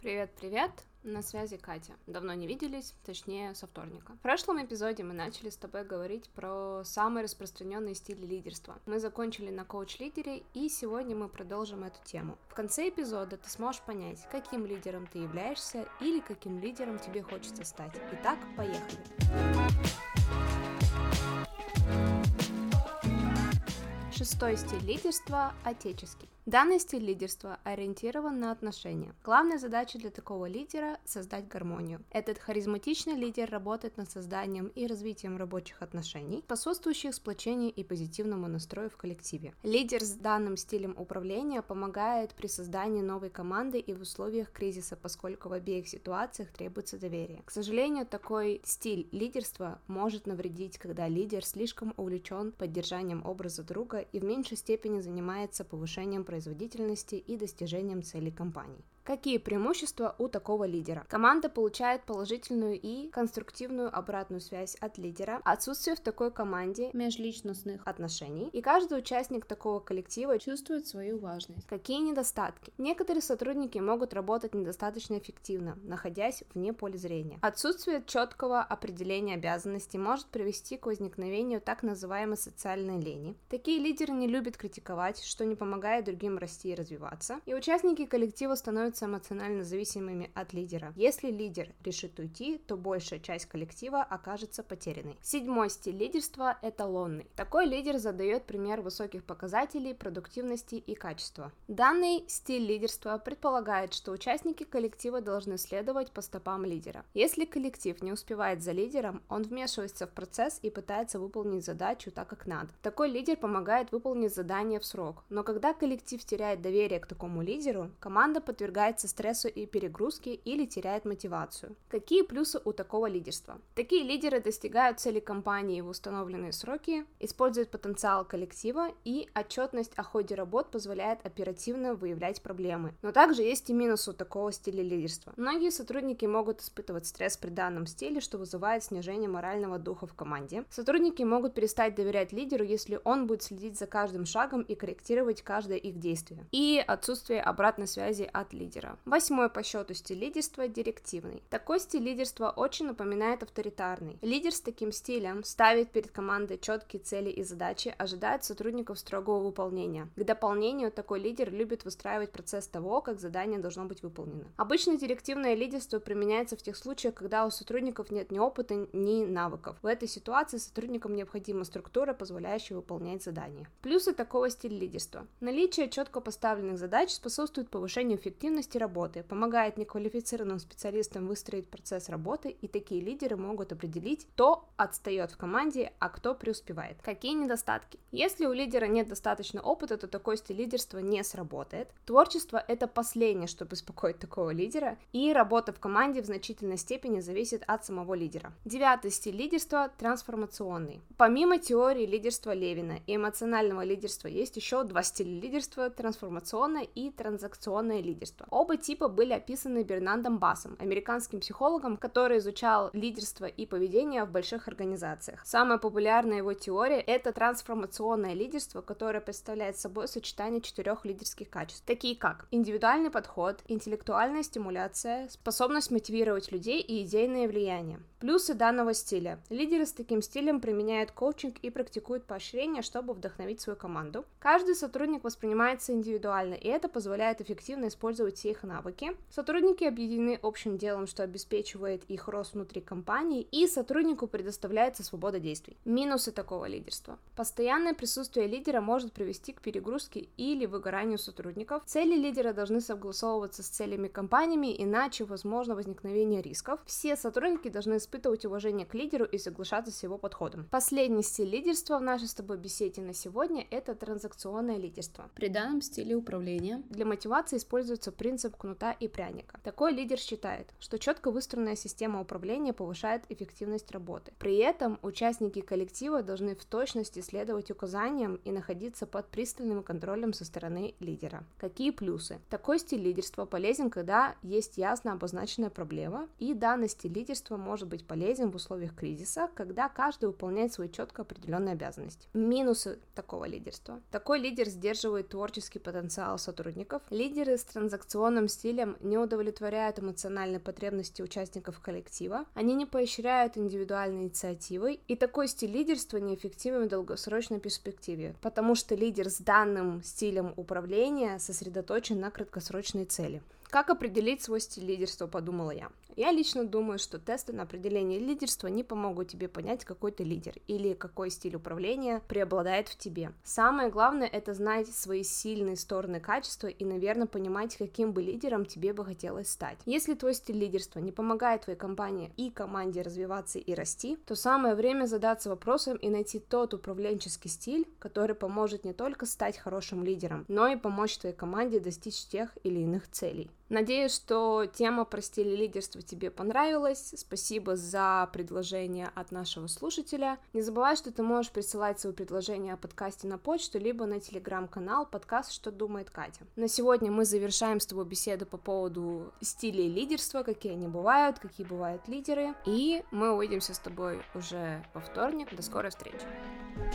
Привет-привет, на связи Катя. Давно не виделись, точнее, со вторника. В прошлом эпизоде мы начали с тобой говорить про самые распространенные стили лидерства. Мы закончили на коуч-лидере, и сегодня мы продолжим эту тему. В конце эпизода ты сможешь понять, каким лидером ты являешься или каким лидером тебе хочется стать. Итак, поехали! Шестой стиль лидерства – отеческий. Данный стиль лидерства ориентирован на отношения. Главная задача для такого лидера – создать гармонию. Этот харизматичный лидер работает над созданием и развитием рабочих отношений, способствующих сплочению и позитивному настрою в коллективе. Лидер с данным стилем управления помогает при создании новой команды и в условиях кризиса, поскольку в обеих ситуациях требуется доверие. К сожалению, такой стиль лидерства может навредить, когда лидер слишком увлечен поддержанием образа друга и в меньшей степени занимается повышением производительности и достижением целей компании. Какие преимущества у такого лидера? Команда получает положительную и конструктивную обратную связь от лидера, отсутствие в такой команде межличностных отношений, и каждый участник такого коллектива чувствует свою важность. Какие недостатки? Некоторые сотрудники могут работать недостаточно эффективно, находясь вне поля зрения. Отсутствие четкого определения обязанностей может привести к возникновению так называемой социальной лени. Такие лидеры не любят критиковать, что не помогает другим расти и развиваться, и участники коллектива становятся эмоционально зависимыми от лидера. Если лидер решит уйти, то большая часть коллектива окажется потерянной. Седьмой стиль лидерства – эталонный. Такой лидер задает пример высоких показателей, продуктивности и качества. Данный стиль лидерства предполагает, что участники коллектива должны следовать по стопам лидера. Если коллектив не успевает за лидером, он вмешивается в процесс и пытается выполнить задачу так, как надо. Такой лидер помогает выполнить задание в срок. Но когда коллектив теряет доверие к такому лидеру, команда подвергается стрессу и перегрузке или теряет мотивацию. Какие плюсы у такого лидерства? Такие лидеры достигают цели компании в установленные сроки, используют потенциал коллектива, и отчетность о ходе работ позволяет оперативно выявлять проблемы. Но также есть и минусы у такого стиля лидерства. Многие сотрудники могут испытывать стресс при данном стиле, что вызывает снижение морального духа в команде. Сотрудники могут перестать доверять лидеру, если он будет следить за каждым шагом и корректировать каждое их действие. И отсутствие обратной связи от лидера. Восьмой по счету стиль лидерства – директивный. Такой стиль лидерства очень напоминает авторитарный. Лидер с таким стилем ставит перед командой четкие цели и задачи, ожидает сотрудников строгого выполнения. К дополнению, такой лидер любит выстраивать процесс того, как задание должно быть выполнено. Обычно директивное лидерство применяется в тех случаях, когда у сотрудников нет ни опыта, ни навыков. В этой ситуации сотрудникам необходима структура, позволяющая выполнять задания. Плюсы такого стиля лидерства. Наличие четко поставленных задач способствует повышению эффективности работы, помогает неквалифицированным специалистам выстроить процесс работы, и такие лидеры могут определить, кто отстает в команде, а кто преуспевает. Какие недостатки? Если у лидера нет достаточно опыта, то такой стиль лидерства не сработает. Творчество – это последнее, что беспокоит такого лидера, и работа в команде в значительной степени зависит от самого лидера. Девятый стиль лидерства – трансформационный. Помимо теории лидерства Левина и эмоционального лидерства, есть еще два стиля лидерства – трансформационное и транзакционное лидерство. Оба типа были описаны Бернандом Бассом, американским психологом, который изучал лидерство и поведение в больших организациях. Самая популярная его теория – это трансформационное лидерство, которое представляет собой сочетание 4 лидерских качеств, такие как индивидуальный подход, интеллектуальная стимуляция, способность мотивировать людей и идейное влияние. Плюсы данного стиля. Лидеры с таким стилем применяют коучинг и практикуют поощрение, чтобы вдохновить свою команду. Каждый сотрудник воспринимается индивидуально, и это позволяет эффективно использовать все их навыки. Сотрудники объединены общим делом, что обеспечивает их рост внутри компании, и сотруднику предоставляется свобода действий. Минусы такого лидерства. Постоянное присутствие лидера может привести к перегрузке или выгоранию сотрудников. Цели лидера должны согласовываться с целями компаниями, иначе возможно возникновение рисков. Все сотрудники должны испытывать уважение к лидеру и соглашаться с его подходом. Последний стиль лидерства в нашей с тобой беседе на сегодня – это транзакционное лидерство. При данном стиле управления для мотивации используется принцип кнута и пряника. Такой лидер считает, что четко выстроенная система управления повышает эффективность работы. При этом участники коллектива должны в точности следовать указаниям и находиться под пристальным контролем со стороны лидера. Какие плюсы? Такой стиль лидерства полезен, когда есть ясно обозначенная проблема, и данный стиль лидерства может быть полезен в условиях кризиса, когда каждый выполняет свои четко определенные обязанности. Минусы такого лидерства. Такой лидер сдерживает творческий потенциал сотрудников. Лидеры с транзакционным организационным стилем не удовлетворяют эмоциональные потребности участников коллектива, они не поощряют индивидуальные инициативы, и такой стиль лидерства неэффективен в долгосрочной перспективе, потому что лидер с данным стилем управления сосредоточен на краткосрочной цели. Как определить свой стиль лидерства, подумала я. Я лично думаю, что тесты на определение лидерства не помогут тебе понять, какой ты лидер или какой стиль управления преобладает в тебе. Самое главное — это знать свои сильные стороны, качества и, наверное, понимать, каким бы лидером тебе бы хотелось стать. Если твой стиль лидерства не помогает твоей компании и команде развиваться и расти, то самое время задаться вопросом и найти тот управленческий стиль, который поможет не только стать хорошим лидером, но и помочь твоей команде достичь тех или иных целей. Надеюсь, что тема про стиль лидерства тебе понравилась. Спасибо за предложение от нашего слушателя. Не забывай, что ты можешь присылать свои предложения о подкасте на почту, либо на телеграм-канал подкаст «Что думает Катя». На сегодня мы завершаем с тобой беседу по поводу стилей лидерства, какие они бывают, какие бывают лидеры. И мы увидимся с тобой уже во вторник. До скорой встречи!